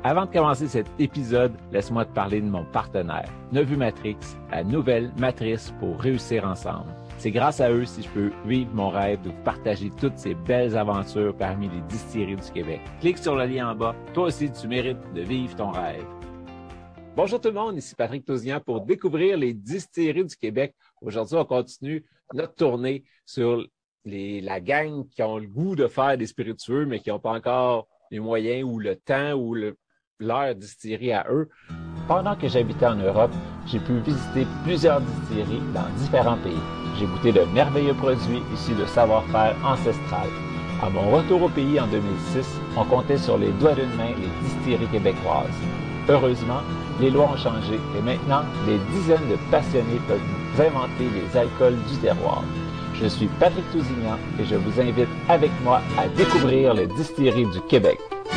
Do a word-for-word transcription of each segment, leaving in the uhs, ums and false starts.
Avant de commencer cet épisode, laisse-moi te parler de mon partenaire, Nevu Matrix, la nouvelle matrice pour réussir ensemble. C'est grâce à eux si je peux vivre mon rêve de vous partager toutes ces belles aventures parmi les distilleries du Québec. Clique sur le lien en bas. Toi aussi, tu mérites de vivre ton rêve. Bonjour tout le monde, ici Patrick Tousignan pour découvrir les distilleries du Québec. Aujourd'hui, on continue notre tournée sur les, la gang qui ont le goût de faire des spiritueux, mais qui n'ont pas encore les moyens ou le temps ou le, leur distillerie à eux. Pendant que j'habitais en Europe, j'ai pu visiter plusieurs distilleries dans différents pays. J'ai goûté de merveilleux produits issus de savoir-faire ancestral. À mon retour au pays en deux mille six, on comptait sur les doigts d'une main les distilleries québécoises. Heureusement, les lois ont changé et maintenant, des dizaines de passionnés peuvent nous inventer les alcools du terroir. Je suis Patrick Tousignan et je vous invite avec moi à découvrir les distilleries du Québec.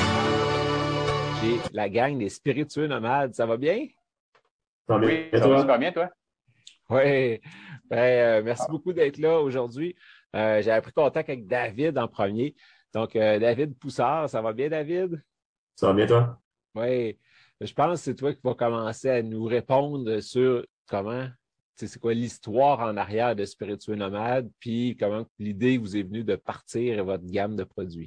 J'ai la gang des spiritueux nomades. Ça va bien? Ça va bien. Oui, ça va super bien, toi? Oui. Ben, euh, merci beaucoup d'être là aujourd'hui. Euh, j'ai pris contact avec David en premier. Donc, euh, David Poussard, ça va bien, David? Ça va bien, toi? Oui. Je pense que c'est toi qui vas commencer à nous répondre sur comment, c'est quoi l'histoire en arrière de Spiritueux Nomade, puis comment l'idée vous est venue de partir votre gamme de produits.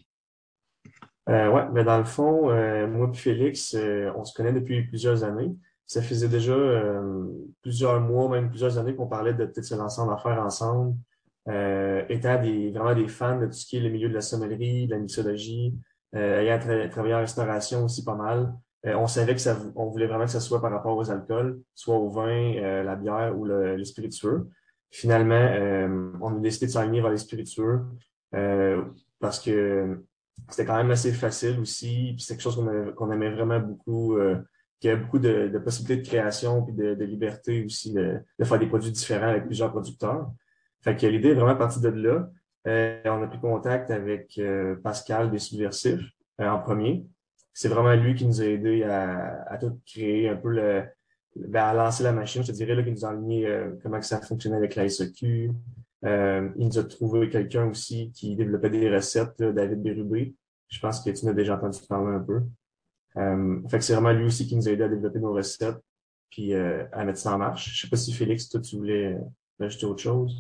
Euh, ouais, mais dans le fond, euh, moi et Félix, euh, on se connaît depuis plusieurs années. Ça faisait déjà euh, plusieurs mois, même plusieurs années qu'on parlait de peut-être se lancer en affaires ensemble. Euh, étant des, vraiment des fans de tout ce qui est le milieu de la sommellerie, de la mixologie, euh, ayant tra- travaillé en restauration aussi pas mal. Euh, on savait que ça, on voulait vraiment que ça soit par rapport aux alcools, soit au vin, euh, la bière ou le, les spiritueux. Finalement, euh, on a décidé de s'aligner vers les spiritueux euh, parce que c'était quand même assez facile aussi, puis c'est quelque chose qu'on avait- qu'on aimait vraiment beaucoup, euh, qu'il y avait beaucoup de, de possibilités de création puis de, de liberté aussi de, de faire des produits différents avec plusieurs producteurs. Fait que l'idée est vraiment partie de là. Euh, on a pris contact avec euh, Pascal des Subversifs euh, en premier. C'est vraiment lui qui nous a aidé à, à tout créer un peu le, ben, à lancer la machine, je te dirais, là, qui nous a enligné euh, comment que ça fonctionnait avec la S E Q. Euh, il nous a trouvé quelqu'un aussi qui développait des recettes, là, David Bérubé. Je pense que tu en as déjà entendu parler un peu. Euh, fait que c'est vraiment lui aussi qui nous a aidé à développer nos recettes puis euh, à mettre ça en marche. Je sais pas si Félix, toi, tu voulais euh, rajouter autre chose.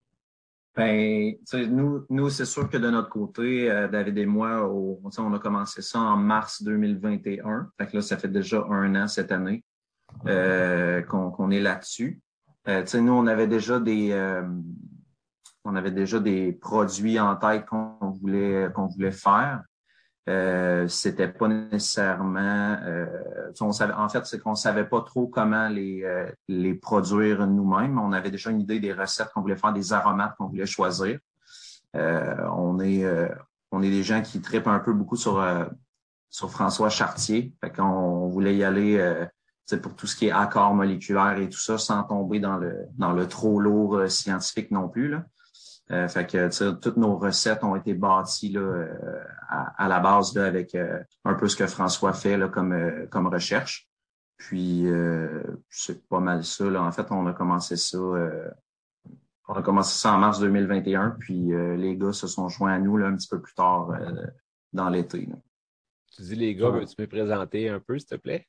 Ben, tu sais, nous, nous c'est sûr que de notre côté, euh, David et moi, au- tu sais, on a commencé ça en mars deux mille vingt et un. Fait que là, ça fait déjà un an cette année euh, qu'on qu'on est là-dessus. Euh, tu sais, nous, on avait déjà des euh, on avait déjà des produits en tête qu'on voulait qu'on voulait faire. Euh, c'était pas nécessairement euh, on savait, en fait, c'est qu'on savait pas trop comment les, euh, les produire nous-mêmes. On avait déjà une idée des recettes qu'on voulait faire, des aromates qu'on voulait choisir. Euh, on est euh, on est des gens qui trippent un peu beaucoup sur euh, sur François Chartier. Fait qu'on on voulait y aller euh, pour tout ce qui est accords moléculaires et tout ça, sans tomber dans le dans le trop lourd euh, scientifique non plus, là. Euh, fait que toutes nos recettes ont été bâties là, euh, à, à la base là, avec euh, un peu ce que François fait là, comme, euh, comme recherche. Puis euh, c'est pas mal ça. Là. En fait, on a commencé ça. Euh, on a commencé ça en mars deux mille vingt et un, puis euh, les gars se sont joints à nous là, un petit peu plus tard euh, dans l'été. Là. Tu dis les gars, Ouais. veux-tu me présenter un peu, s'il te plaît?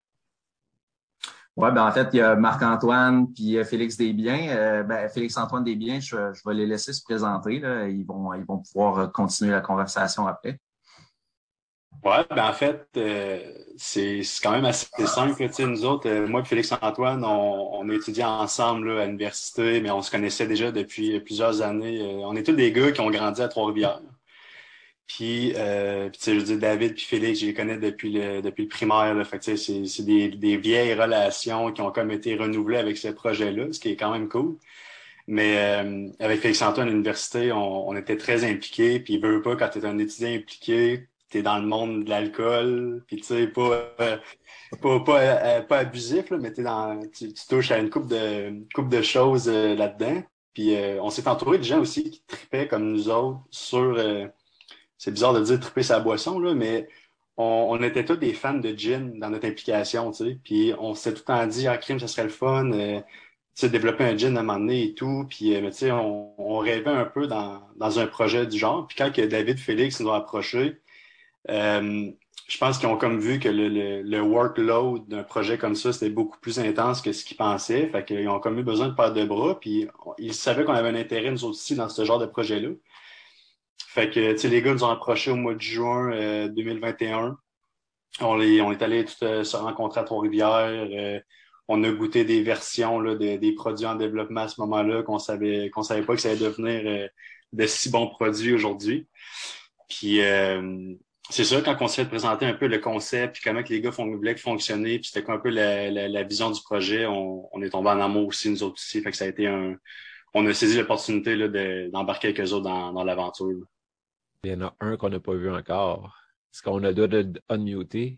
Ouais, ben en fait, il y a Marc-Antoine puis Félix Desbiens. Euh, ben, Félix-Antoine Desbiens, je, je vais les laisser se présenter. Là. Ils vont, ils vont pouvoir continuer la conversation après. Ouais, ben en fait, euh, c'est c'est quand même assez simple. Tu sais, nous autres, euh, moi et Félix-Antoine, on, on a étudié ensemble là, à l'université, mais on se connaissait déjà depuis plusieurs années. Euh, on est tous des gars qui ont grandi à Trois-Rivières. Puis, euh, puis tu sais, je veux dire, David puis Félix, je les connais depuis le depuis le primaire. Là, fait que tu sais, c'est c'est des, des vieilles relations qui ont comme été renouvelées avec ce projet-là, ce qui est quand même cool. Mais euh, avec Félix-Antoine à l'université, on, on était très impliqués. Puis, veut pas, quand tu es un étudiant impliqué, tu es dans le monde de l'alcool. Puis, tu sais, pas, euh, pas, pas, euh, pas abusif, là, mais t'es dans, tu, tu touches à une couple de, une couple de choses euh, là-dedans. Puis, euh, on s'est entouré de gens aussi qui tripaient comme nous autres sur... euh, c'est bizarre de dire triper sa boisson, là, mais on, on était tous des fans de gin dans notre implication, tu sais. Puis on s'est tout le temps dit, ah, crime, ça serait le fun, euh, tu sais, développer un gin à un moment donné et tout. Puis, euh, mais tu sais, on, on rêvait un peu dans, dans un projet du genre. Puis quand que David Félix nous a approchés, euh, je pense qu'ils ont comme vu que le, le, le workload d'un projet comme ça, c'était beaucoup plus intense que ce qu'ils pensaient. Fait qu'ils ont comme eu besoin de paire de bras. Puis ils savaient qu'on avait un intérêt, nous aussi, dans ce genre de projet-là. Fait que, tu sais, les gars nous ont approchés au mois de juin euh, deux mille vingt et un. On, les, on est allés tout, euh, se rencontrer à Trois-Rivières. Euh, on a goûté des versions là, de, des produits en développement à ce moment-là qu'on savait qu'on savait pas que ça allait devenir euh, de si bons produits aujourd'hui. Puis euh, c'est ça, quand on s'est présenté un peu le concept, puis comment que les gars font, voulaient fonctionner, puis c'était quoi un peu la, la, la vision du projet, on, on est tombé en amour aussi, nous autres aussi. Fait que ça a été un... On a saisi l'opportunité là, de, d'embarquer avec eux autres dans, dans l'aventure. Là. Il y en a un qu'on n'a pas vu encore. Est-ce qu'on a le droit de unmuter?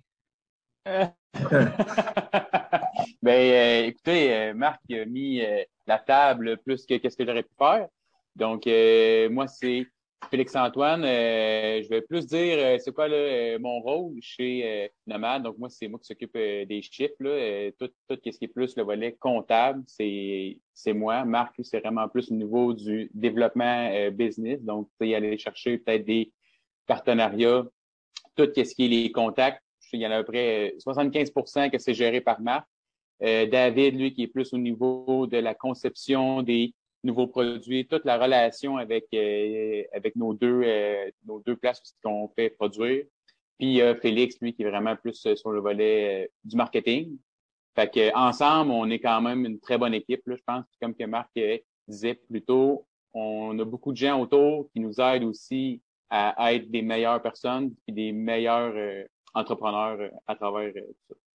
Ben, euh, écoutez, euh, Marc il a mis euh, la table plus que qu'est-ce que j'aurais pu faire. Donc, euh, moi, c'est Félix-Antoine. Euh, je vais plus dire euh, c'est quoi là, euh, mon rôle chez euh, Nomad. Donc, moi, c'est moi qui s'occupe euh, des chiffres. Là, euh, tout, tout ce qui est plus le volet comptable, c'est c'est moi. Marc, c'est vraiment plus au niveau du développement euh, business. Donc, tu sais, aller chercher peut-être des partenariats, tout ce qui est les contacts. Il y en a à peu près soixante-quinze pour cent que c'est géré par Marc. Euh, David, lui, qui est plus au niveau de la conception des nouveaux produits, toute la relation avec euh, avec nos deux euh, nos deux places qu'on fait produire. Puis euh, Félix, lui, qui est vraiment plus sur le volet euh, du marketing. Fait que ensemble, on est quand même une très bonne équipe, là, je pense. Comme que Marc euh, disait plus tôt, on a beaucoup de gens autour qui nous aident aussi à être des meilleures personnes et des meilleurs euh, entrepreneurs euh, à travers euh, tout ça.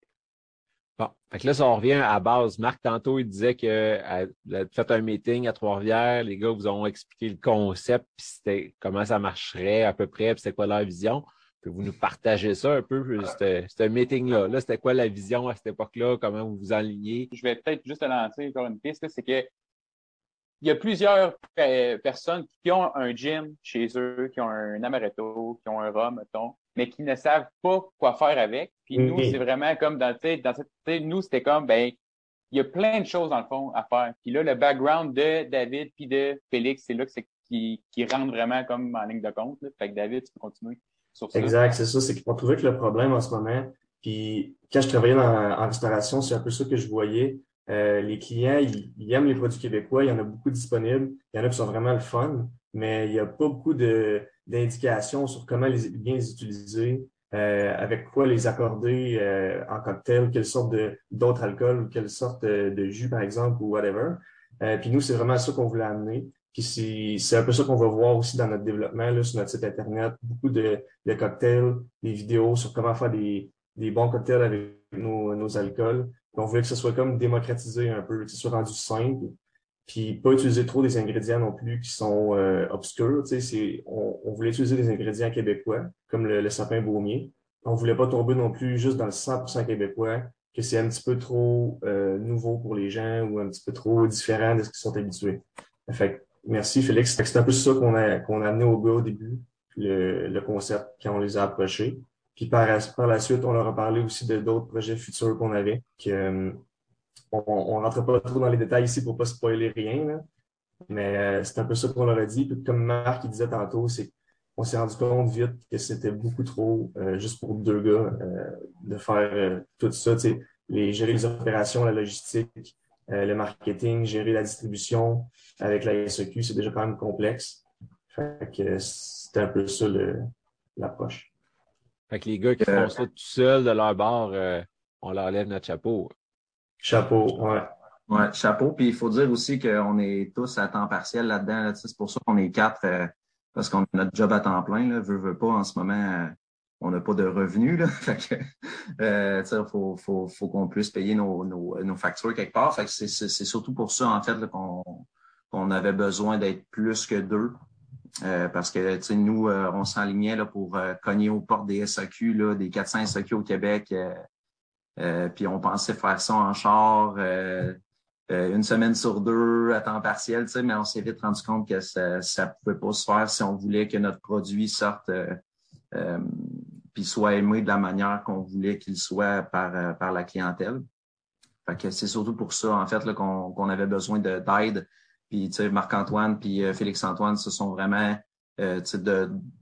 Bon, fait que là, si on revient à base, Marc, tantôt, il disait que à, vous avez fait un meeting à Trois-Rivières, les gars vous ont expliqué le concept, puis c'était comment ça marcherait à peu près, puis c'était quoi leur vision. Puis vous nous partagez ça un peu, ce meeting-là. Là, c'était quoi la vision à cette époque-là, comment vous vous enlignez? Je vais peut-être juste te lancer encore une piste, c'est que il y a plusieurs euh, personnes qui ont un gym chez eux, qui ont un amaretto, qui ont un rhum, mettons, mais qui ne savent pas quoi faire avec. Puis nous, Oui. c'est vraiment comme dans, dans cette, nous, c'était comme, ben, il y a plein de choses dans le fond à faire. Puis là, le background de David puis de Félix, c'est là que c'est qui, qui rentre vraiment comme en ligne de compte. Là. Fait que David, tu peux continuer sur ça. Exact, c'est ça. C'est qu'on trouvait que le problème en ce moment, puis quand je travaillais dans, en restauration, c'est un peu ça que je voyais. Euh, les clients, ils, ils aiment les produits québécois, il y en a beaucoup disponibles, il y en a qui sont vraiment le fun, mais il n'y a pas beaucoup de d'indications sur comment les, bien les utiliser, euh, avec quoi les accorder euh, en cocktail, quelle sorte de d'autres alcools ou quelle sorte de, de jus, par exemple, ou whatever. Euh, puis nous, c'est vraiment ça qu'on voulait amener. Puis c'est, c'est un peu ça qu'on va voir aussi dans notre développement, là, sur notre site Internet, beaucoup de, de cocktails, des vidéos sur comment faire des, des bons cocktails avec nos, nos alcools. On voulait que ce soit comme démocratisé un peu, que ce soit rendu simple, puis pas utiliser trop des ingrédients non plus qui sont euh, obscurs. Tu sais, c'est, on, on voulait utiliser des ingrédients québécois, comme le, le sapin baumier. On voulait pas tomber non plus juste dans le cent pour cent québécois, que c'est un petit peu trop euh, nouveau pour les gens ou un petit peu trop différent de ce qu'ils sont habitués. Fait que, merci Félix. C'est un peu ça qu'on a, qu'on a amené au gars au début, le, le concept, quand on les a approchés. Puis par, par la suite, on leur a parlé aussi de d'autres projets futurs qu'on avait. Que, euh, on, on rentre pas trop dans les détails ici pour pas spoiler rien, là. Mais euh, c'est un peu ça qu'on leur a dit. Puis comme Marc il disait tantôt, c'est on s'est rendu compte vite que c'était beaucoup trop euh, juste pour deux gars euh, de faire euh, tout ça, tu sais, les gérer les opérations, la logistique, euh, le marketing, gérer la distribution avec la S E Q, c'est déjà quand même complexe. Fait que c'était un peu ça le, l'approche. Fait que les gars qui font ça tout seuls de leur bord, euh, on leur lève notre chapeau. Chapeau, ouais. Ouais, chapeau. Puis il faut dire aussi qu'on est tous à temps partiel là-dedans. Là. C'est pour ça qu'on est quatre, euh, parce qu'on a notre job à temps plein. Là. Veux, veux pas, en ce moment, euh, on n'a pas de revenus. Là. Fait que, euh, faut, faut, faut qu'on puisse payer nos, nos, nos factures quelque part. Fait que c'est, c'est, c'est surtout pour ça, en fait, là, qu'on, qu'on avait besoin d'être plus que deux. Euh, parce que tu sais, nous, euh, on s'enlignait là, pour euh, cogner aux portes des S A Q, là, des quatre cents S A Q au Québec. Euh, euh, puis on pensait faire ça en char euh, euh, une semaine sur deux à temps partiel, tu sais, mais on s'est vite rendu compte que ça ça pouvait pas se faire si on voulait que notre produit sorte euh, euh, puis soit aimé de la manière qu'on voulait qu'il soit par, euh, par la clientèle. Fait que c'est surtout pour ça, en fait, là, qu'on, qu'on avait besoin de, d'aide. Puis, tu sais, Marc-Antoine puis euh, Félix-Antoine se sont vraiment, euh, tu sais, de,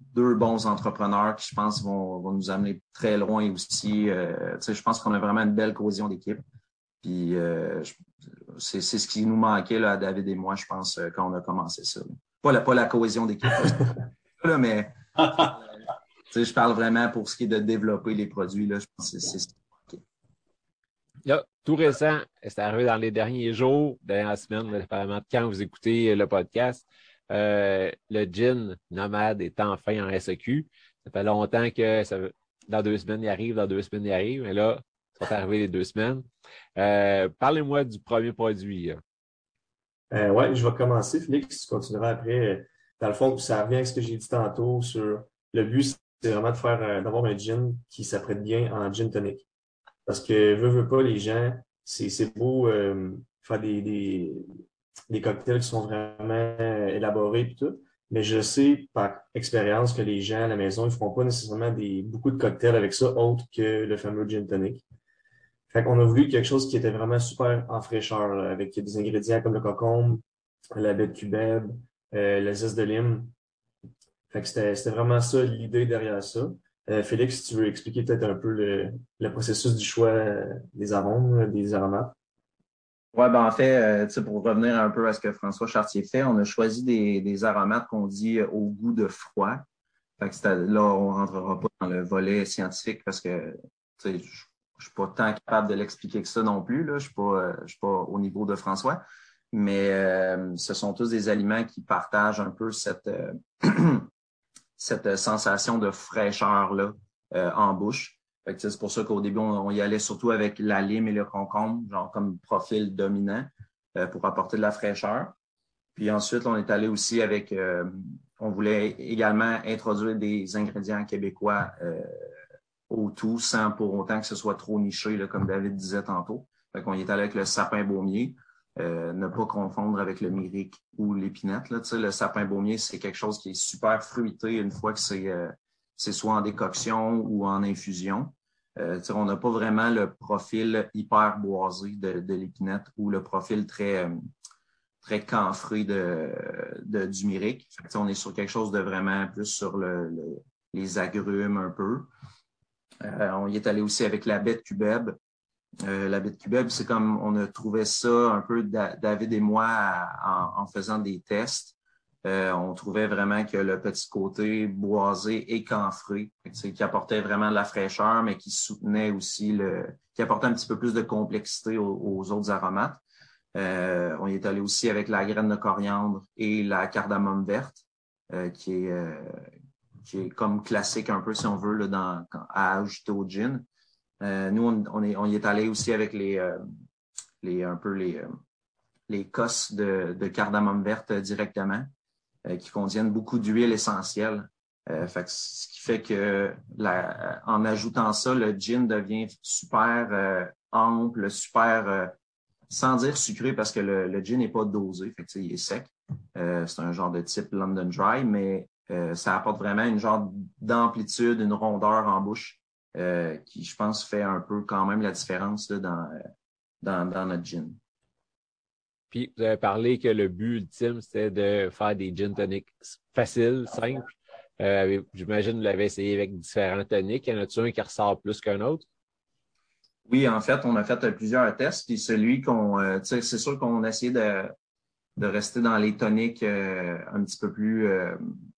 deux bons entrepreneurs qui, je pense, vont, vont nous amener très loin aussi. Euh, je pense qu'on a vraiment une belle cohésion d'équipe. Puis euh, c'est, c'est ce qui nous manquait là, à David et moi, je pense, quand on a commencé ça. Pas la, pas la cohésion d'équipe, là, mais je parle vraiment pour ce qui est de développer les produits. Là, je pense que c'est, c'est... Okay. Là, tout récent, c'est arrivé dans les derniers jours, dernières semaines, apparemment, quand vous écoutez le podcast. Euh, le gin nomade est enfin en S E Q. Ça fait longtemps que ça, dans deux semaines, il arrive, dans deux semaines, il arrive, mais là, ça sont arrivés les deux semaines. Euh, parlez-moi du premier produit. Euh, ouais, je vais commencer, Félix, tu continueras après. Dans le fond, ça revient à ce que j'ai dit tantôt sur le but, c'est vraiment de faire d'avoir un gin qui s'apprête bien en gin tonic. Parce que veut, veut pas, les gens, c'est, c'est beau euh, faire des, des des cocktails qui sont vraiment élaborés et tout. Mais je sais par expérience que les gens à la maison, ils ne feront pas nécessairement des, beaucoup de cocktails avec ça, autre que le fameux gin tonic. Fait qu'on a voulu quelque chose qui était vraiment super en fraîcheur, là, avec des ingrédients comme le concombre, la baie de cubeb, euh, la zeste de lime. Fait que c'était, c'était vraiment ça l'idée derrière ça. Euh, Félix, si tu veux expliquer peut-être un peu le, le processus du choix euh, des arômes, des aromates. Oui, ben en fait, euh, pour revenir un peu à ce que François Chartier fait, on a choisi des, des aromates qu'on dit euh, au goût de froid. Fait que c'est, là, on ne rentrera pas dans le volet scientifique parce que je ne suis pas tant capable de l'expliquer que ça non plus. Là. Je ne suis, euh, je suis pas au niveau de François. Mais euh, ce sont tous des aliments qui partagent un peu cette, euh, cette sensation de fraîcheur-là euh, en bouche. Fait que c'est pour ça qu'au début, on, on y allait surtout avec la lime et le concombre, genre comme profil dominant, euh, pour apporter de la fraîcheur. Puis ensuite, on est allé aussi avec, euh, on voulait également introduire des ingrédients québécois euh, au tout, sans pour autant que ce soit trop niché, là, comme David disait tantôt. Fait qu'on y est allé avec le sapin baumier, euh, ne pas confondre avec le myrique ou l'épinette. Là. Tu sais, le sapin baumier, c'est quelque chose qui est super fruité une fois que c'est... Euh, c'est soit en décoction ou en infusion. Euh, on n'a pas vraiment le profil hyper boisé de, de l'épinette ou le profil très, euh, très camphré de, de, du myrique. Fait, on est sur quelque chose de vraiment plus sur le, le, les agrumes un peu. Euh, on y est allé aussi avec la baie de cubeb. Euh, la baie de cubeb, c'est comme on a trouvé ça un peu, David et moi, à, en, en faisant des tests. Euh, on trouvait vraiment que le petit côté boisé et camphré, qui apportait vraiment de la fraîcheur, mais qui soutenait aussi le, qui apportait un petit peu plus de complexité aux, aux autres aromates. Euh, on y est allé aussi avec la graine de coriandre et la cardamome verte, euh, qui est, euh, qui est comme classique un peu, si on veut, là, dans, à ajouter au gin. Euh, nous, on, on, est, on y est allé aussi avec les, euh, les un peu les, euh, les cosses de, de cardamome verte directement. Euh, qui contiennent beaucoup d'huile essentielle. Euh, fait que, ce qui fait que la, en ajoutant ça, le gin devient super euh, ample, super, euh, sans dire sucré parce que le, le gin n'est pas dosé, fait que, il est sec. Euh, c'est un genre de type London Dry, mais euh, ça apporte vraiment une genre d'amplitude, une rondeur en bouche euh, qui, je pense, fait un peu quand même la différence là, dans, dans, dans notre gin. Puis, vous avez parlé que le but ultime, c'était de faire des gin tonics faciles, simples. Euh, j'imagine que vous l'avez essayé avec différents tonics. Y en a-t-il un qui ressort plus qu'un autre? Oui, en fait, on a fait plusieurs tests. Puis celui qu'on, euh, tu sais, c'est sûr qu'on a essayé de, de rester dans les tonics euh, un petit peu plus, euh,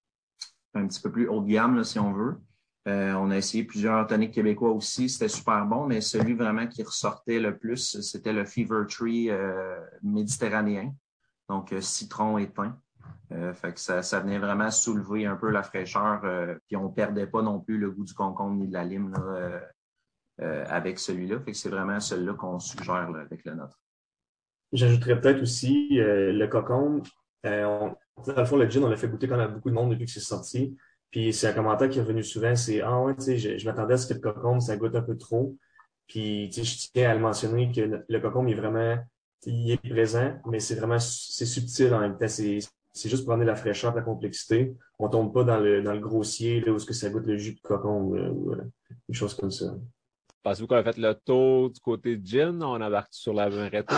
un petit peu plus haut de gamme, là, si on veut. Euh, on a essayé plusieurs tonics québécois aussi, c'était super bon, mais celui vraiment qui ressortait le plus, c'était le Fever Tree euh, méditerranéen, donc euh, citron et thym. Euh, fait que ça, ça venait vraiment soulever un peu la fraîcheur, euh, puis on perdait pas non plus le goût du concombre ni de la lime là, euh, euh, avec celui-là. Fait que c'est vraiment celui-là qu'on suggère là, avec le nôtre. J'ajouterais peut-être aussi euh, le concombre. Euh, on, dans le fond, le gin, on l'a fait goûter quand même à beaucoup de monde depuis que c'est sorti. Puis c'est un commentaire qui est revenu souvent, c'est « Ah ouais, tu sais, je, je m'attendais à ce que le concombre, ça goûte un peu trop. » Puis tu sais, je tiens à le mentionner que le, le concombre, il est vraiment, il est présent, mais c'est vraiment, c'est subtil en même temps. C'est, c'est juste pour amener la fraîcheur, la complexité. On tombe pas dans le, dans le grossier, là, où est-ce que ça goûte le jus de concombre, euh, ou euh, des choses comme ça. Pensez-vous qu'on a fait le tour du côté de gin? On embarque sur la amaretto?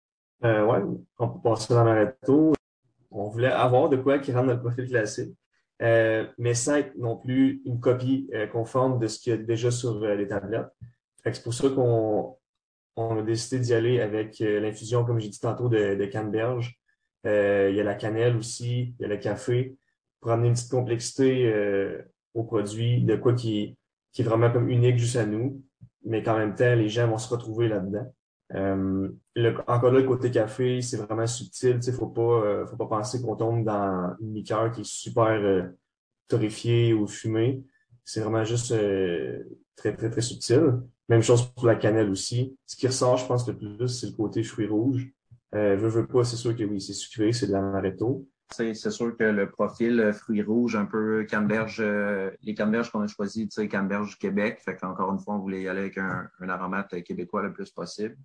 Euh, ouais, on peut passer dans l'amaretto. On voulait avoir de quoi qui rentre dans le profil classique. euh, mais sans être non plus une copie euh, conforme de ce qu'il y a déjà sur euh, les tablettes. Fait que c'est pour ça qu'on on a décidé d'y aller avec euh, l'infusion, comme j'ai dit tantôt, de, de canneberge. Euh, il y a la cannelle aussi, il y a le café, pour amener une petite complexité euh, au produit, de quoi qui, qui est vraiment comme unique juste à nous, mais qu'en même temps, les gens vont se retrouver là-dedans. Euh, le, encore là, le côté café, c'est vraiment subtil. Il ne faut pas, euh, faut pas penser qu'on tombe dans une liqueur qui est super euh, torréfiée ou fumée. C'est vraiment juste euh, très, très, très subtil. Même chose pour la cannelle aussi. Ce qui ressort, je pense, le plus, c'est le côté fruits rouges. Euh, veux, veux pas, c'est sûr que oui, c'est sucré, c'est de l'amaretto. C'est c'est sûr que le profil euh, fruits rouges, un peu canneberge, euh, les canneberges qu'on a choisis, tu sais, canneberge du Québec. Fait qu'encore une fois, on voulait y aller avec un, un aromate québécois le plus possible.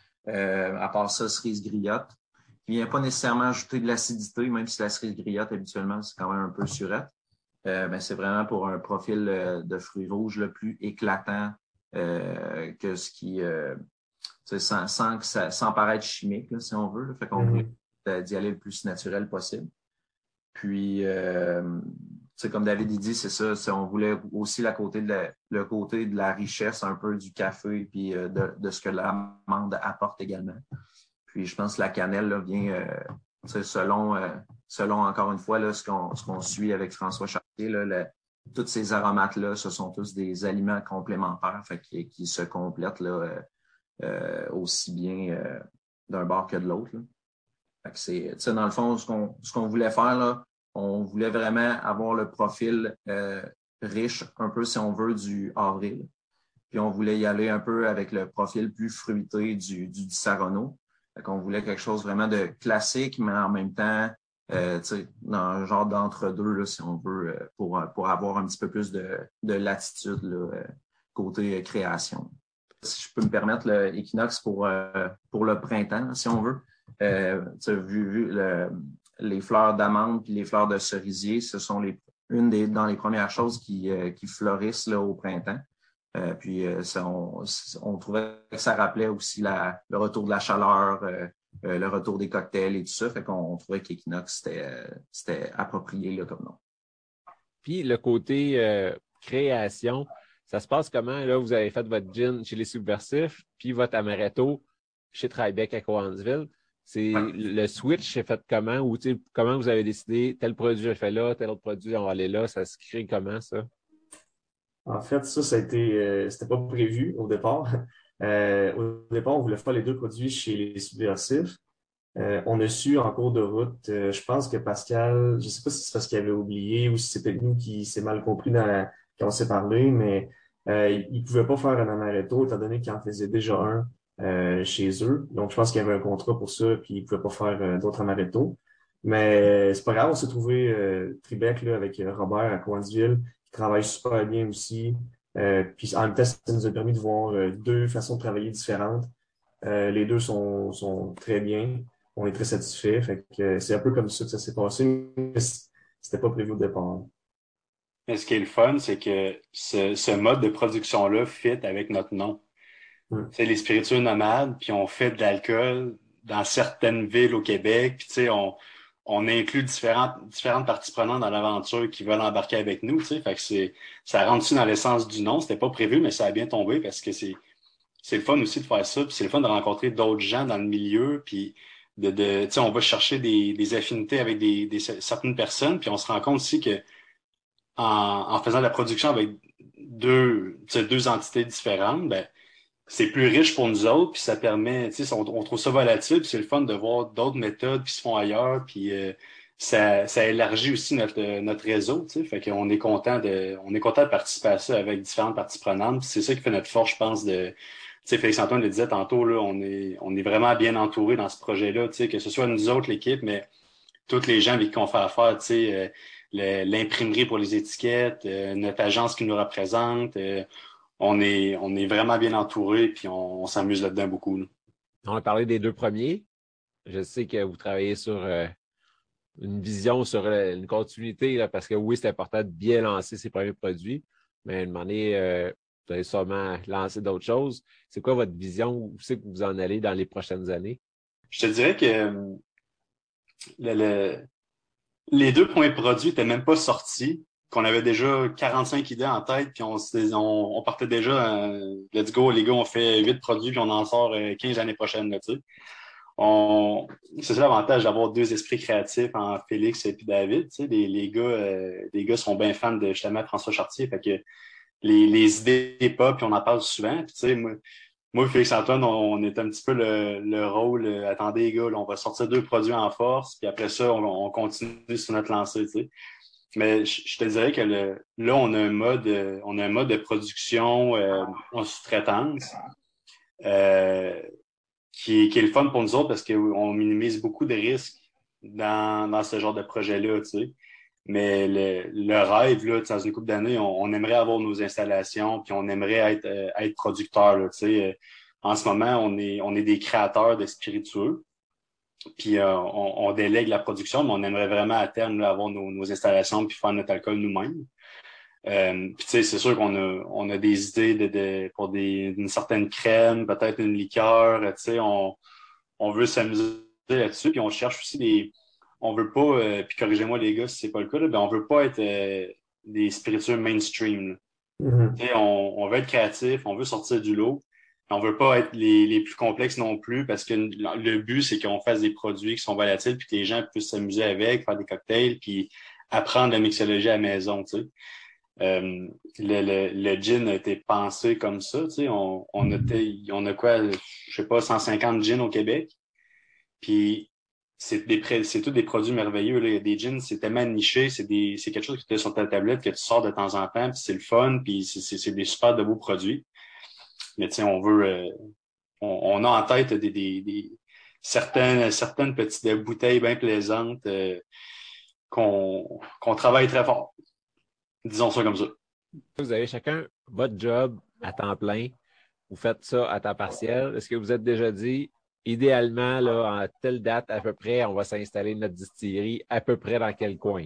Euh, à part ça, cerise griotte. Il vient pas nécessairement ajouter de l'acidité, même si la cerise griotte, habituellement, c'est quand même un peu surette. Euh, ben, c'est vraiment pour un profil euh, de fruits rouges le plus éclatant euh, que ce qui, euh, sans, sans, que ça, sans paraître chimique, là, si on veut. Là. Fait qu'on voulait Mm-hmm. d'y aller le plus naturel possible. Puis, euh, comme David il dit, c'est ça, c'est, on voulait aussi la côté de la, le côté de la richesse un peu du café puis euh, de, de ce que l'amande apporte également. Puis, je pense que la cannelle là, vient, euh, selon, euh, selon, encore une fois, là, ce qu'on, ce qu'on suit avec François Chartier, là, le, tous ces aromates-là, ce sont tous des aliments complémentaires fait, qui, qui se complètent là, euh, euh, aussi bien euh, d'un bord que de l'autre. Là. Fait que c'est, tu sais, dans le fond, ce qu'on, ce qu'on voulait faire, là, on voulait vraiment avoir le profil euh, riche, un peu, si on veut, du avril. Puis on voulait y aller un peu avec le profil plus fruité du, du Disaronno. Fait qu'on voulait quelque chose vraiment de classique, mais en même temps, euh, tu sais, dans un genre d'entre-deux, là, si on veut, pour, pour avoir un petit peu plus de, de latitude, là, côté création. Si je peux me permettre, le Equinox pour, euh, pour le printemps, si on veut. Euh, tu as vu, vu le, les fleurs d'amande puis les fleurs de cerisier, ce sont les, une des dans les premières choses qui, euh, qui fleurissent là, au printemps. Euh, puis euh, ça, on, on trouvait que ça rappelait aussi la, le retour de la chaleur, euh, euh, le retour des cocktails et tout ça. Fait qu'on trouvait qu'Equinox, c'était, euh, c'était approprié là, comme nom. Puis le côté euh, création, ça se passe comment? Là, vous avez fait votre gin chez les Subversifs, puis votre amaretto chez Tribeca à Cowansville. C'est Ouais. le switch c'est fait comment? Ou comment vous avez décidé tel produit je fais là, tel autre produit on va aller là, ça se crée comment ça? En fait, ça, ça a été, euh, c'était pas prévu au départ. Euh, au départ, on voulait faire les deux produits chez les Subversifs. Euh, on a su en cours de route, euh, je pense que Pascal, je sais pas si c'est parce qu'il avait oublié ou si c'est peut-être nous qui s'est mal compris dans la, quand on s'est parlé, mais euh, il, il pouvait pas faire un amaretto étant donné qu'il en faisait déjà un euh, chez eux. Donc, je pense qu'il y avait un contrat pour ça, puis il pouvait pas faire euh, d'autres amarettos. Mais euh, c'est pas grave, on s'est trouvé euh, Tribec là, avec euh, Robert à Coinsville, qui travaille super bien aussi. Euh, puis en même temps, ça nous a permis de voir euh, deux façons de travailler différentes. Euh, les deux sont, sont très bien. On est très satisfait. Fait que euh, c'est un peu comme ça que ça s'est passé, mais c'était pas prévu au départ. Mais ce qui est le fun, c'est que ce, ce mode de production-là fit avec notre nom. Mm. C'est les spiritueux nomades, puis on fait de l'alcool dans certaines villes au Québec, puis tu sais, on, on inclut différentes, différentes parties prenantes dans l'aventure qui veulent embarquer avec nous, tu sais. Fait que c'est, ça rentre-tu dans l'essence du nom. C'était pas prévu, mais ça a bien tombé parce que c'est, c'est le fun aussi de faire ça, puis c'est le fun de rencontrer d'autres gens dans le milieu, puis de, de tu sais, on va chercher des, des affinités avec des, des, certaines personnes, puis on se rend compte aussi que en, en faisant de la production avec deux, tu sais, deux entités différentes, ben, c'est plus riche pour nous autres, puis ça permet, tu sais, on, on trouve ça volatile, puis c'est le fun de voir d'autres méthodes qui se font ailleurs, puis euh, ça, ça élargit aussi notre, notre réseau, tu sais, fait qu'on est content de, on est content de participer à ça avec différentes parties prenantes, puis c'est ça qui fait notre force, je pense, de, tu sais, Félix-Antoine le disait tantôt, là, on est, on est vraiment bien entouré dans ce projet-là, tu sais, que ce soit nous autres, l'équipe, mais tous les gens avec qui on fait affaire, tu sais, euh, le- l'imprimerie pour les étiquettes, euh, notre agence qui nous représente, euh, on est, on est vraiment bien entouré puis on, on s'amuse là-dedans beaucoup. Là. On a parlé des deux premiers. Je sais que vous travaillez sur euh, une vision, sur euh, une continuité, là, parce que oui, c'est important de bien lancer ses premiers produits, mais à un moment donné, euh, vous allez sûrement lancer d'autres choses. C'est quoi votre vision? Où c'est que vous en allez dans les prochaines années? Je te dirais que le, le, les deux premiers produits étaient même pas sortis, qu'on avait déjà quarante-cinq idées en tête, puis on, on, on partait déjà, euh, let's go, les gars, on fait huit produits, puis on en sort euh, quinze l'année prochaine, là, tu sais. On, c'est ça l'avantage d'avoir deux esprits créatifs en Félix et puis David, tu sais. Les, les gars, euh, les gars sont bien fans de justement François Chartier, fait que les, les idées pop, puis on en parle souvent, puis tu sais, moi, moi, Félix-Antoine, on, on est un petit peu le, le rôle, euh, attendez, les gars, là, on va sortir deux produits en force, puis après ça, on, on continue sur notre lancée, tu sais. Mais je, je te dirais que le, là, on a un mode, euh, on a un mode de production euh, en sous-traitance euh, qui, est- qui est le fun pour nous autres parce qu'on minimise beaucoup de risques dans, dans ce genre de projet-là, tu sais. Mais le, le rêve, là, dans une couple d'années, on, on aimerait avoir nos installations, puis on aimerait être, euh, être producteur, là, tu sais. Euh, En ce moment, on est, on est des créateurs de spiritueux, puis euh, on, on délègue la production, mais on aimerait vraiment à terme là, avoir nos, nos installations puis faire notre alcool nous-mêmes. Euh, puis tu sais, c'est sûr qu'on a, on a des idées de, de, pour des, une certaine crème, peut-être une liqueur, tu sais, on, on veut s'amuser là-dessus, puis on cherche aussi des... On veut pas, euh, puis corrigez-moi les gars si c'est pas le cas, là, ben on veut pas être euh, des spiritueux mainstream. Mhm. Tu sais, on, on veut être créatif, on veut sortir du lot. On veut pas être les, les plus complexes non plus parce que le but, c'est qu'on fasse des produits qui sont volatiles puis que les gens puissent s'amuser avec, faire des cocktails puis apprendre la mixologie à la maison, tu sais. Euh, le, le, le gin a été pensé comme ça, tu sais. On, on, était, on a quoi, je sais pas, cent cinquante gins au Québec. Puis c'est des c'est tous des produits merveilleux, là. Il y a des gins, c'est tellement niché, c'est des c'est quelque chose qui est sur ta tablette que tu sors de temps en temps, puis c'est le fun, puis c'est, c'est, c'est des super de beaux produits. Mais tu sais, on veut euh, on, on a en tête des, des, des certaines, certaines petites bouteilles bien plaisantes euh, qu'on qu'on travaille très fort. Disons ça comme ça. Vous avez chacun votre job à temps plein. Vous faites ça à temps partiel. Est-ce que vous êtes déjà dit, idéalement, là, en telle date à peu près, on va s'installer notre distillerie à peu près dans quel coin?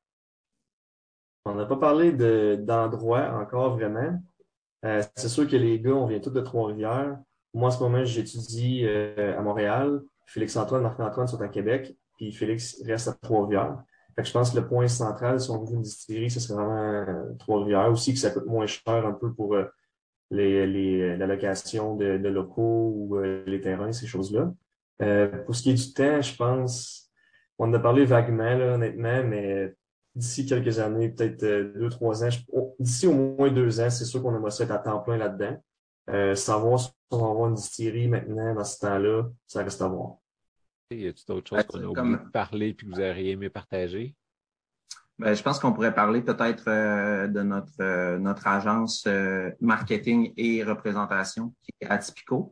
On n'a pas parlé de, d'endroit encore vraiment. Euh, c'est sûr que les gars, on vient tous de Trois-Rivières. Moi, en ce moment, j'étudie euh, à Montréal. Félix-Antoine, Marc-Antoine sont à Québec, puis Félix reste à Trois-Rivières. Fait que je pense que le point central, si on veut une distillerie, ce serait vraiment euh, Trois-Rivières. Aussi que ça coûte moins cher un peu pour euh, les, les, la location de, de locaux ou euh, les terrains, ces choses-là. Euh, pour ce qui est du temps, je pense, on en a parlé vaguement, là, honnêtement, mais d'ici quelques années, peut-être euh, deux, trois ans, je- oh, d'ici au moins deux ans, c'est sûr qu'on aimerait ça être à temps plein là-dedans. Euh, savoir si on va avoir une distillerie maintenant dans ce temps-là, ça reste à voir. Y a-t-il d'autres Ben, choses qu'on a oublié comme, de parler et que vous auriez aimé partager? ben, je pense qu'on pourrait parler peut-être euh, de notre euh, notre agence euh, marketing et représentation qui est Atypico.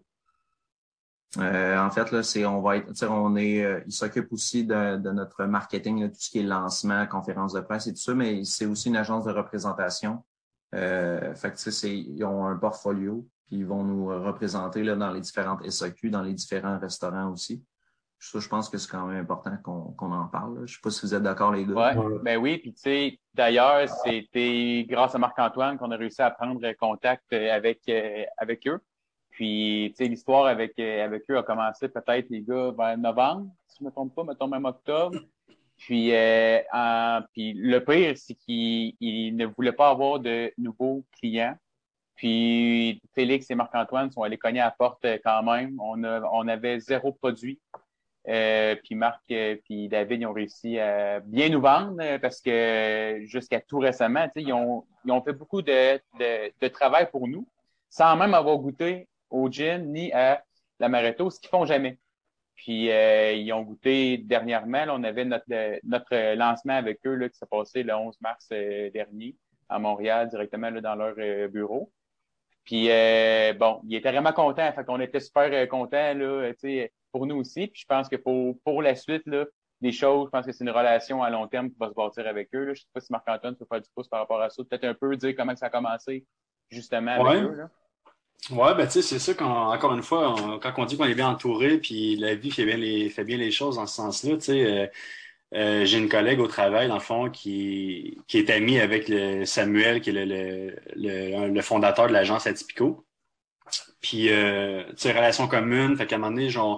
Euh, en fait, là, c'est on va être, tu sais, on est, euh, il s'occupe aussi de, de notre marketing, là, tout ce qui est lancement, conférence de presse et tout ça, mais c'est aussi une agence de représentation. Euh, fait que tu sais, c'est, ils ont un portfolio, puis ils vont nous représenter là dans les différentes S A Q, dans les différents restaurants aussi. Ça, je pense que c'est quand même important qu'on qu'on en parle, là. Je sais pas si vous êtes d'accord, les gars. Ouais, Ouais. ben oui, puis tu sais, d'ailleurs, c'était grâce à Marc-Antoine qu'on a réussi à prendre contact avec euh, avec eux. Puis, tu sais, l'histoire avec euh, avec eux a commencé peut-être, les gars, vers novembre, si je me trompe pas, mettons même octobre. Puis, euh, en- puis le pire, c'est qu'ils ils ne voulaient pas avoir de nouveaux clients. Puis, Félix et Marc-Antoine sont allés cogner à la porte euh, quand même. On a, on avait zéro produit. Euh, puis Marc euh, puis David, ils ont réussi à bien nous vendre euh, parce que euh, jusqu'à tout récemment, tu sais, ils ont, ils ont fait beaucoup de, de, de travail pour nous sans même avoir goûté au gin ni à l'amaretto, ce qu'ils font jamais. Puis euh, ils ont goûté dernièrement. Là, on avait notre, notre lancement avec eux là, qui s'est passé le onze mars euh, dernier à Montréal, directement là, dans leur euh, bureau. Puis euh, bon, il était vraiment content. Fait qu'on était super euh, contents là, tu sais, pour nous aussi. Puis je pense que pour, pour la suite, là, des choses, je pense que c'est une relation à long terme qui va se bâtir avec eux. Là. Je sais pas si Marc-Antoine peut faire du pouce par rapport à ça. Peut-être un peu dire comment ça a commencé justement avec Ouais. eux. Là. Ouais, ben tu sais, c'est ça qu'encore une fois, on- quand on dit qu'on est bien entouré, puis la vie fait bien les, fait bien les choses dans ce sens-là, tu sais, euh, euh, j'ai une collègue au travail, dans le fond, qui, qui est amie avec le Samuel, qui est le, le, le, le fondateur de l'agence Atypico. Puis, euh, tu sais, relation commune, fait qu'à un moment donné, genre,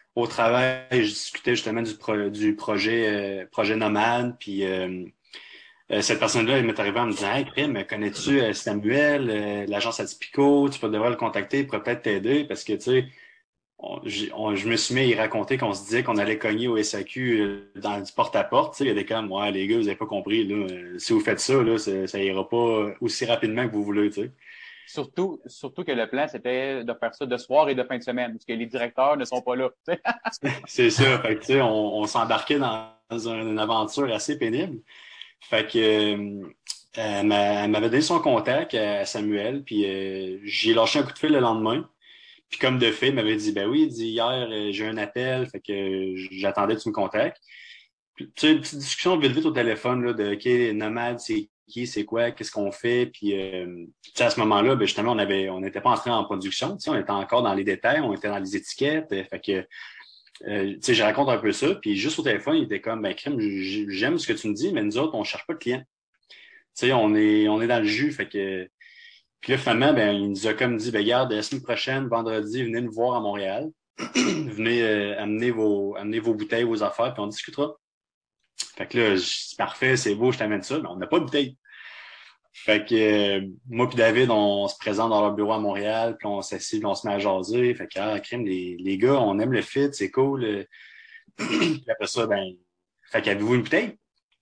au travail, je discutais justement du, pro, du projet, euh, projet Nomade, puis euh, euh, cette personne-là, elle m'est arrivée en me disant, hey, Crime, connais-tu euh, Samuel, euh, l'agence Atipico, tu peux devrais le contacter, il pourrait peut-être t'aider, parce que, tu sais, on, on, je me suis mis à y raconter qu'on se disait qu'on allait cogner au S A Q euh, dans du porte-à-porte. Tu sais, il y a des comme, ouais, les gars, vous n'avez pas compris, là, euh, si vous faites ça, là, ça, ça ira pas aussi rapidement que vous voulez, tu sais. Surtout, surtout que le plan, c'était de faire ça de soir et de fin de semaine, parce que les directeurs ne sont pas là. C'est ça. Fait que, tu sais, on, on s'embarquait dans, dans une aventure assez pénible. Fait que euh, elle m'a- elle m'avait donné son contact à Samuel, puis euh, j'ai lâché un coup de fil le lendemain. Puis comme de fait, il m'avait dit, ben oui, il dit hier, euh, j'ai un appel, fait que euh, j'attendais que tu me contactes. Puis, tu sais, une petite discussion vite vite au téléphone là, de OK, Nomade, c'est qui, c'est quoi, qu'est-ce qu'on fait. Puis euh, tu sais, à ce moment-là, ben, justement, on avait, on n'était pas entré en production, tu sais, on était encore dans les détails, on était dans les étiquettes. euh, Fait que euh, tu sais, je raconte un peu ça. Puis juste au téléphone, il était comme ben crime, j- j'aime ce que tu me dis, mais nous autres, on cherche pas de clients. Tu sais, on est, on est dans le jus. Fait que puis là, finalement, ben, il nous a comme dit, ben, regarde, la semaine prochaine, vendredi, venez nous voir à Montréal. Venez euh, amener vos, amener vos bouteilles, vos affaires, puis on discutera. Fait que là, c'est parfait, c'est beau, je t'amène ça, mais on n'a pas de bouteille. Fait que euh, moi puis David, on se présente dans leur bureau à Montréal, puis on s'assied, puis on se met à jaser. Fait que, ah, crime, les, les gars, on aime le fit, c'est cool. euh. Puis après ça, ben, fait qu'avez-vous une bouteille?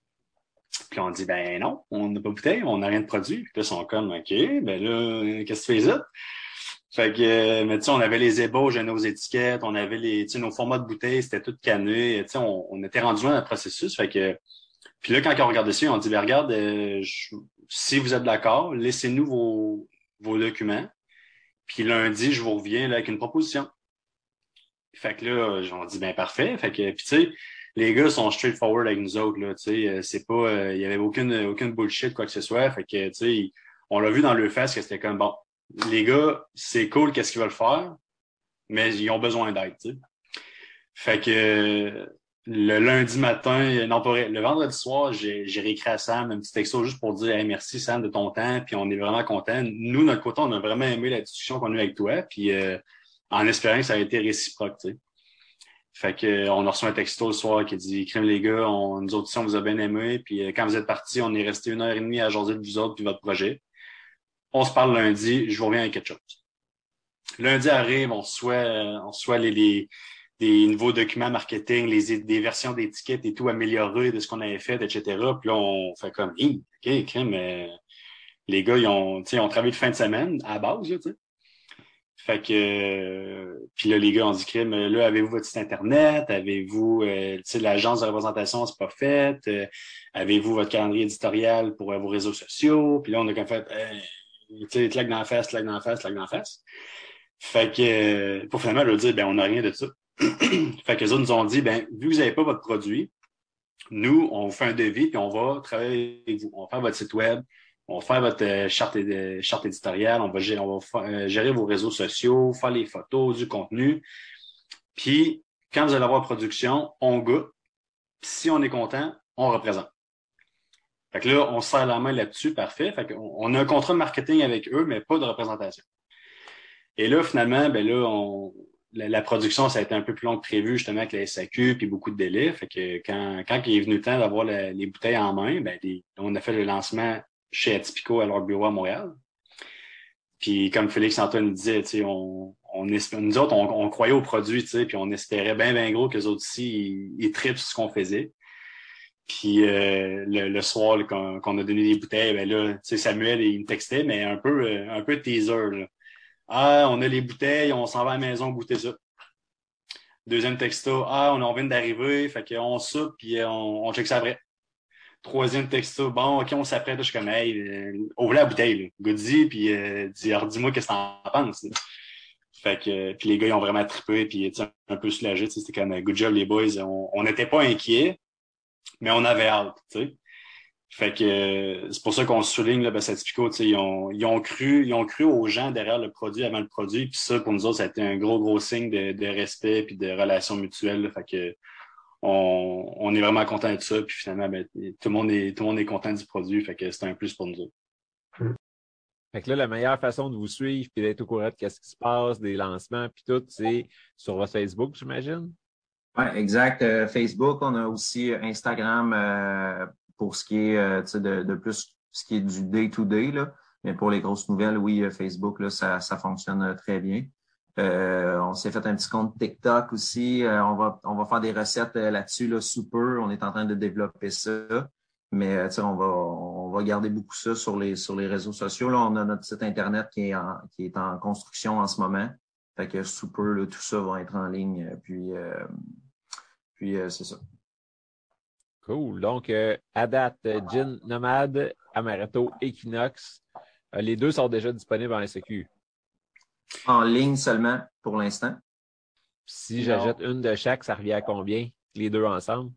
Puis on dit, ben non, on n'a pas de bouteille, on n'a rien de produit. Puis là, ils sont comme, OK, ben là, qu'est-ce que tu fais là? Fait que, euh, mais tu sais, on avait les ébauches de nos étiquettes, on avait les, tu sais, nos formats de bouteilles, c'était tout canné. Tu sais, on, on était rendu loin dans le processus. Fait que, puis là, quand on regarde dessus, on dit, ben regarde, euh, je- si vous êtes d'accord, laissez-nous vos, vos documents. Puis lundi, je vous reviens là, avec une proposition. Fait que là, on dit, ben parfait. Fait que, puis tu sais, les gars sont straightforward avec nous autres, là, tu sais, euh, c'est pas, euh, il y avait aucune, aucune bullshit, quoi que ce soit. Fait que, tu sais, on l'a vu dans le face que c'était comme, bon, les gars, c'est cool, qu'est-ce qu'ils veulent faire, mais ils ont besoin d'aide, tu sais. Fait que, euh, le lundi matin, non, pas vrai, le vendredi soir, j'ai, j'ai réécrit à Sam un petit texto juste pour dire, hey, merci Sam de ton temps, puis on est vraiment content. Nous, notre côté, on a vraiment aimé la discussion qu'on a eu avec toi, puis euh, en espérant que ça a été réciproque, tu sais. Fait que, euh, on a reçu un texto le soir qui dit, crème les gars, on, nous autres ici, on vous a bien aimé, puis euh, quand vous êtes partis, on est resté une heure et demie à jaser de vous autres puis votre projet. On se parle lundi, je vous reviens avec quelque chose. Lundi arrive, on reçoit, euh, on reçoit les, les, des nouveaux documents marketing, les, des versions d'étiquettes et tout améliorées de ce qu'on avait fait, et cetera. Puis là, on fait comme, hey, OK, crème, euh, les gars, ils ont, tu sais, ont travaillé de fin de semaine à la base, là, tu sais. Fait que, euh, puis là, les gars ont dit, crème, là, avez-vous votre site Internet? Avez-vous, euh, tu sais, l'agence de représentation, c'est pas fait? Euh, avez-vous votre calendrier éditorial pour euh, vos réseaux sociaux? Puis là, on a comme fait, euh, tu sais, claque dans la face, claque dans la face, claque dans la face. Fait que, euh, pour finalement leur dire, ben, on n'a rien de ça. Fait que les autres nous ont dit, ben, vu que vous n'avez pas votre produit, nous, on vous fait un devis, puis on va travailler avec vous. On va faire votre site web, on va faire votre euh, charte, euh, charte éditoriale, on va, gérer, on va fa- euh, gérer vos réseaux sociaux, faire les photos, du contenu. Puis, quand vous allez avoir production, on goûte. Puis, si on est content, on représente. Fait que là, on se serre la main là-dessus, parfait. Fait qu'on on a un contrat de marketing avec eux, mais pas de représentation. Et là, finalement, ben là, on, la, la production, ça a été un peu plus long que prévu, justement, avec la S A Q, puis beaucoup de délais. Fait que quand, quand il est venu le temps d'avoir la- les bouteilles en main, ben, les- on a fait le lancement chez Atipico à leur bureau à Montréal. Puis comme Félix Antoine disait, tu sais, on, on espère, nous autres, on, on croyait au produit, tu sais, puis on espérait bien, bien gros que les autres aussi, ils, ils trippent sur ce qu'on faisait. Puis euh, le, le soir là, qu'on qu'on a donné des bouteilles, ben là, tu sais, Samuel, il me textait, mais un peu, euh, un peu teaser, là. Ah, on a les bouteilles, on s'en va à la maison goûter ça. Deuxième texto, ah, on en vient d'arriver, fait qu'on soupe, puis on, on check ça après. Troisième texto, bon, OK, on s'apprête. Là, je suis comme, hey, euh, ouvre la bouteille, là. Goody, puis euh, dis, alors, dis-moi qu'est-ce que t'en penses. Là. Fait que, euh, puis les gars, ils ont vraiment trippé, puis tu sais, un peu soulagé. Tu sais, c'était comme, good job, les boys. On n'était pas inquiets, mais on avait hâte, tu sais. Fait que euh, c'est pour ça qu'on souligne là, ben, Satipico, tu sais, ils ont, ils ont cru, ils ont cru aux gens derrière le produit avant le produit, puis ça pour nous autres, ça a été un gros gros signe de, de respect puis de relation mutuelle. Là. Fait que on, on est vraiment content de ça, puis finalement, ben, tout le monde est tout le monde est content du produit, fait que c'est un plus pour nous autres. Fait que là, la meilleure façon de vous suivre puis d'être au courant de ce qui se passe, des lancements puis tout, c'est sur votre Facebook, j'imagine? Oui, exact. Euh, Facebook, on a aussi Instagram euh, pour ce qui est euh, de, de plus ce qui est du day-to-day, là. Mais pour les grosses nouvelles, oui, Facebook, là, ça, ça fonctionne très bien. Euh, on s'est fait un petit compte TikTok aussi. Euh, on va on va faire des recettes euh, là-dessus, là, sous peu. On est en train de développer ça. Mais euh, on va on va garder beaucoup ça sur les sur les réseaux sociaux. Là, on a notre site Internet qui est en, qui est en construction en ce moment. Fait que sous peu, là, tout ça va être en ligne. Puis, euh, puis euh, c'est ça. Cool. Donc, euh, à date, euh, Gin Nomade, Amaretto, Equinox, euh, les deux sont déjà disponibles en S E Q. En ligne seulement pour l'instant. Si j'ajoute une de chaque, ça revient à combien? Les deux ensemble?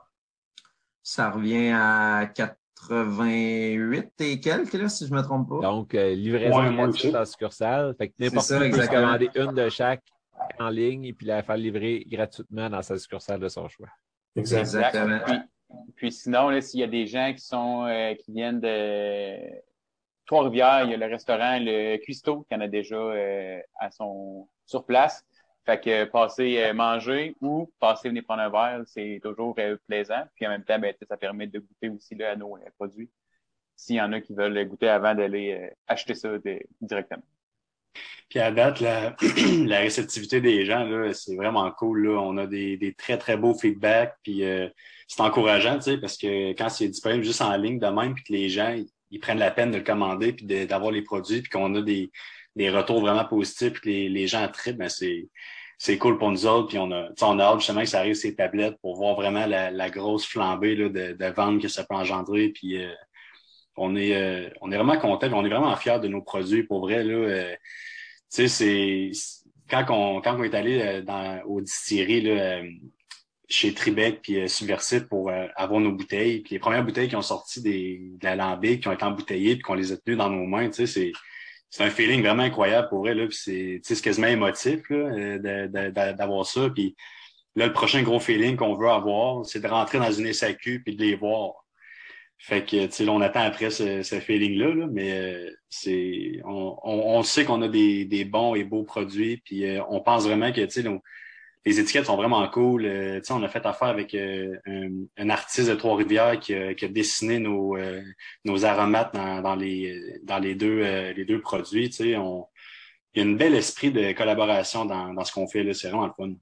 Ça revient à quatre-vingt-huit et quelques, là, si je ne me trompe pas. Donc, euh, livraison Ouais, gratuite en succursale. Fait que n'importe ça, qui peut se exactement. commander une de chaque en ligne et puis la faire livrer gratuitement dans sa succursale de son choix. Exact. Exactement. Puis, puis sinon, là, s'il y a des gens qui sont euh, qui viennent de Trois-Rivières, il y a le restaurant Le Cuistot qui en a déjà euh, à son sur place. Fait que passer euh, manger ou passer venir prendre un verre, c'est toujours euh, plaisant. Puis en même temps, ben, ça permet de goûter aussi là, à nos euh, produits. S'il y en a qui veulent goûter avant d'aller euh, acheter ça de, directement. Puis à date, la, la réceptivité des gens, là, c'est vraiment cool. Là. On a des, des très, très beaux feedbacks. Puis euh, c'est encourageant, tu sais, parce que quand c'est disponible juste en ligne de même, puis que les gens ils, ils prennent la peine de le commander, puis de, d'avoir les produits, puis qu'on a des, des retours vraiment positifs, puis que les, les gens trippent, ben c'est, c'est cool pour nous autres. Puis on a, on a hâte justement que ça arrive sur les tablettes pour voir vraiment la, la grosse flambée là, de, de vente que ça peut engendrer. Puis euh, on est euh, on est vraiment content, on est vraiment fiers de nos produits. Pour vrai, là. Euh, Tu sais, c'est quand on quand on est allé euh, dans aux distilleries là, euh, chez Tribec puis euh, Subversif pour euh, avoir nos bouteilles, puis les premières bouteilles qui ont sorti des de l'alambic, qui ont été embouteillées puis qu'on les a tenues dans nos mains, tu sais, c'est c'est un feeling vraiment incroyable pour eux là, puis c'est tu sais c'est quasiment émotif là euh, de, de, de, d'avoir ça, puis là le prochain gros feeling qu'on veut avoir, c'est de rentrer dans une S A Q puis de les voir. Fait que, tu sais, on attend après ce, ce feeling-là, là, mais euh, c'est, on, on, on sait qu'on a des, des bons et beaux produits, puis euh, on pense vraiment que, tu sais, nos- les étiquettes sont vraiment cool. Euh, tu sais, on a fait affaire avec euh, un, un artiste de Trois-Rivières qui a, qui a dessiné nos, euh, nos aromates dans, dans les, dans les deux, euh, les deux produits. Tu sais, on, il y a un bel esprit de collaboration dans, dans ce qu'on fait là. C'est vraiment le fun.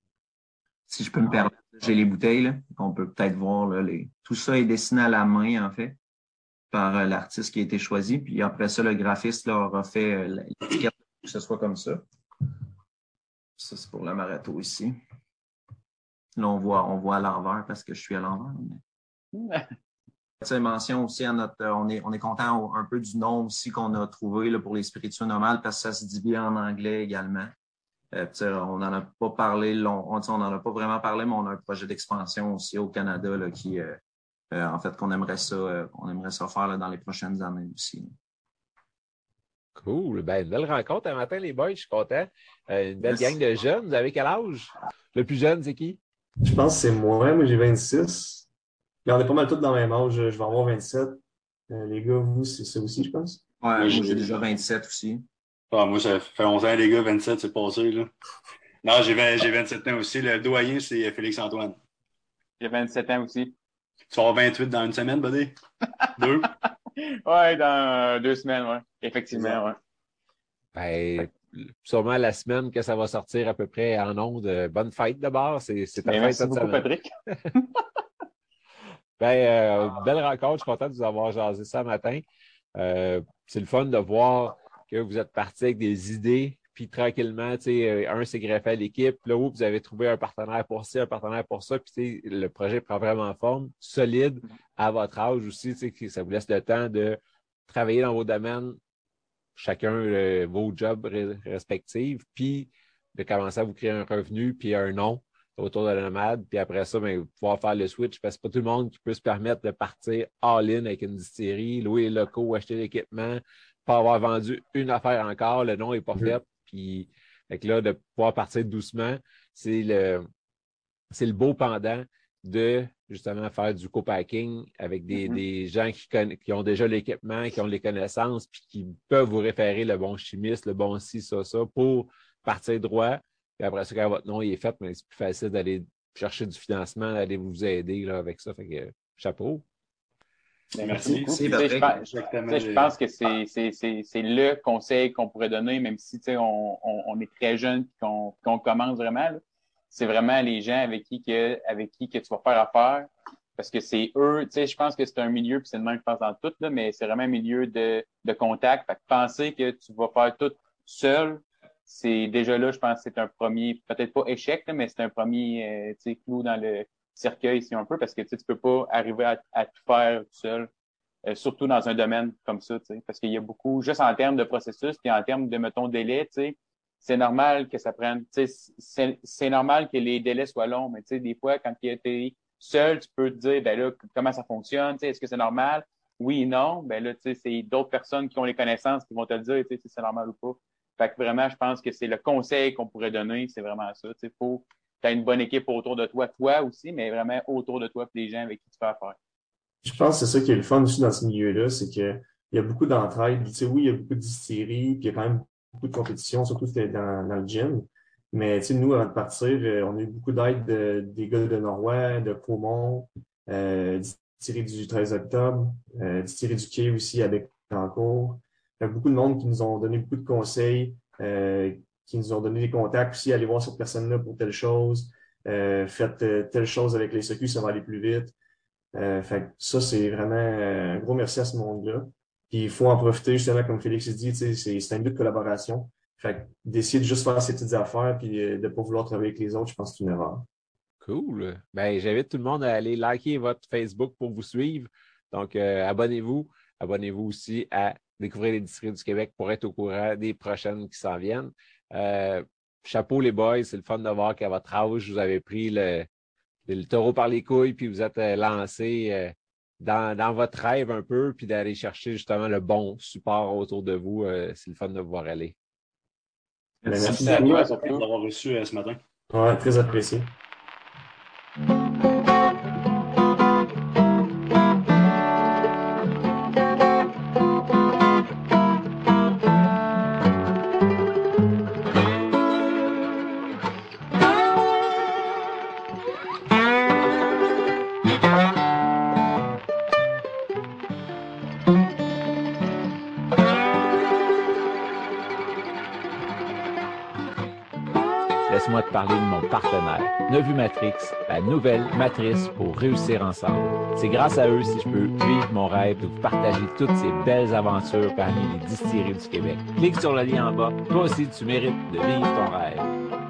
Si je peux me permettre, j'ai les bouteilles, là. On peut peut-être voir, là, les... tout ça est dessiné à la main, en fait, par euh, l'artiste qui a été choisi. Puis après ça, le graphiste là, aura fait euh, l'étiquette pour que ce soit comme ça. Ça, c'est pour l'amaretto ici. Là, on voit, on voit à l'envers parce que je suis à l'envers. Mais... C'est mention aussi à notre. On est, on est content un peu du nom aussi qu'on a trouvé là, pour les spiritueux nomades parce que ça se dit bien en anglais également. Euh, on n'en a pas parlé, long, on n'en a pas vraiment parlé, mais on a un projet d'expansion aussi au Canada là, qui, euh, euh, en fait, qu'on aimerait ça, euh, qu'on aimerait ça faire là, dans les prochaines années aussi. Cool. Ben, une belle rencontre un matin, les boys. Je suis content. Euh, une belle Yes. gang de jeunes. Vous avez quel âge? Le plus jeune, c'est qui? Je pense que c'est moi, moi j'ai vingt-six. Mais on est pas mal tous dans le même âge. Je vais avoir vingt-sept. Euh, les gars, vous, c'est ça aussi, je pense. Ouais, moi, j'ai- j'ai déjà vingt-sept aussi. Ah, moi, ça fait onze ans, les gars, vingt-sept, c'est passé, là. Non, j'ai vingt j'ai vingt-sept ans aussi. Le doyen, c'est Félix-Antoine. J'ai vingt-sept ans aussi. Tu vas avoir vingt-huit dans une semaine, buddy? Deux? Ouais, dans euh, deux semaines, ouais. Effectivement, ouais. Ben, sûrement la semaine que ça va sortir à peu près en ondes. Euh, bonne fête d'abord. C'est, c'est ta Ben, fête merci cette beaucoup, semaine. Patrick. Ben, euh, belle rencontre. Je suis content de vous avoir jasé ça matin. Euh, c'est le fun de voir que vous êtes partis avec des idées, puis tranquillement, tu sais, un s'est greffé à l'équipe, là où vous avez trouvé un partenaire pour ci, un partenaire pour ça, puis tu sais, le projet prend vraiment forme, solide à votre âge aussi, tu sais, que ça vous laisse le temps de travailler dans vos domaines, chacun euh, vos jobs re- respectifs, puis de commencer à vous créer un revenu, puis un nom autour de la nomade, puis après ça, ben, pouvoir faire le switch, parce que c'est pas tout le monde qui peut se permettre de partir all-in avec une distillerie, louer les locaux, acheter l'équipement, pas avoir vendu une affaire encore, le nom n'est pas fait, puis fait que là, de pouvoir partir doucement, c'est le c'est le beau pendant de justement faire du co-packing avec des, Mm-hmm. des gens qui, conna- qui ont déjà l'équipement, qui ont les connaissances, puis qui peuvent vous référer le bon chimiste, le bon ci, ça, ça, pour partir droit. Puis après ça, quand votre nom il est fait, mais c'est plus facile d'aller chercher du financement, d'aller vous aider là, avec ça. Fait que chapeau. Ben, Merci. beaucoup. C'est Puis, tu sais, vrai. je pense- Exactement. tu sais, je pense que c'est, c'est, c'est, c'est le conseil qu'on pourrait donner, même si tu sais, on, on, on est très jeune et qu'on, qu'on commence vraiment. Là. C'est vraiment les gens avec qui, que, avec qui que tu vas faire affaire. Parce que c'est eux, tu sais, je pense que c'est un milieu, puis c'est le même que je pense dans tout, là, mais c'est vraiment un milieu de, de contact. Fait que penser que tu vas faire tout seul, c'est déjà là, je pense que c'est un premier, peut-être pas échec, là, mais c'est un premier euh, tu sais, clou dans le cercueil, si on peut, parce que tu sais, tu peux pas arriver à, à tout faire tout seul. Euh, surtout dans un domaine comme ça, tu sais, parce qu'il y a beaucoup, juste en termes de processus, puis en termes de, mettons, délai, tu sais, c'est normal que ça prenne, tu sais, c'est, c'est normal que les délais soient longs, mais tu sais, des fois, quand tu es seul, tu peux te dire, ben là, comment ça fonctionne, tu sais, est-ce que c'est normal? Oui, non, ben là, tu sais, c'est d'autres personnes qui ont les connaissances qui vont te le dire, tu sais, si c'est normal ou pas. Fait que vraiment, je pense que c'est le conseil qu'on pourrait donner, c'est vraiment ça, tu sais, faut que tu aies une bonne équipe autour de toi, toi aussi, mais vraiment autour de toi, puis les gens avec qui tu fais affaire. Je pense que c'est ça qui est le fun aussi dans ce milieu-là, c'est que il y a beaucoup d'entraide. Tu sais, oui, il y a beaucoup de distilleries, puis il y a quand même beaucoup de compétition, surtout c'était dans, dans le gin. Mais tu sais, nous, avant de partir, euh, on a eu beaucoup d'aide de- des gars de Noroy, de Caumont, euh, distillerie du treize octobre, euh, distillerie du Quai aussi avec Bécancour. Il y a beaucoup de monde qui nous ont donné beaucoup de conseils, euh, qui nous ont donné des contacts aussi, allez voir cette personne-là pour telle chose, euh, faites euh, telle chose avec les secours, ça va aller plus vite. Euh, fait que ça, c'est vraiment euh, un gros merci à ce monde-là. Puis il faut en profiter, justement, comme Félix dit, tu sais, c'est c'est un but de collaboration. Fait que d'essayer de juste faire ses petites affaires puis euh, de ne pas vouloir travailler avec les autres, je pense que c'est une erreur. Cool. Ben, j'invite tout le monde à aller liker votre Facebook pour vous suivre. Donc, euh, abonnez-vous. Abonnez-vous aussi à Découvrir les distilleries du Québec pour être au courant des prochaines qui s'en viennent. Euh, chapeau les boys, c'est le fun de voir qu'à votre âge, vous avez pris le, le taureau par les couilles, puis vous êtes euh, lancé euh, dans, dans votre rêve un peu, puis d'aller chercher justement le bon support autour de vous. Euh, c'est le fun de vous voir aller. Ben, Merci, merci Merci à beaucoup. toi, de surtout. l'avoir reçu euh, ce matin. Ouais, très apprécié. Laisse-moi te parler de mon partenaire, Nevu Matrix, la nouvelle matrice pour réussir ensemble. C'est grâce à eux si je peux vivre mon rêve de vous partager toutes ces belles aventures parmi les distilleries du Québec. Clique sur le lien en bas. Toi aussi, tu mérites de vivre ton rêve.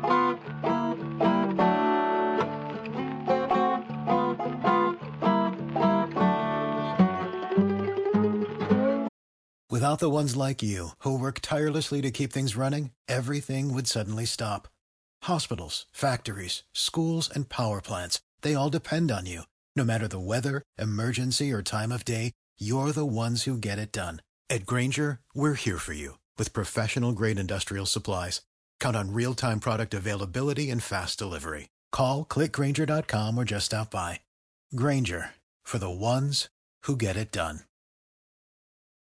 Without the ones like you, who work tirelessly to keep things running, everything would suddenly stop. Hospitals, factories, schools, and power plants, they all depend on you. No matter the weather, emergency, or time of day, you're the ones who get it done. At Granger, we're here for you with professional-grade industrial supplies. Count on real-time product availability and fast delivery. Call, click Granger dot com, or just stop by. Granger, for the ones who get it done.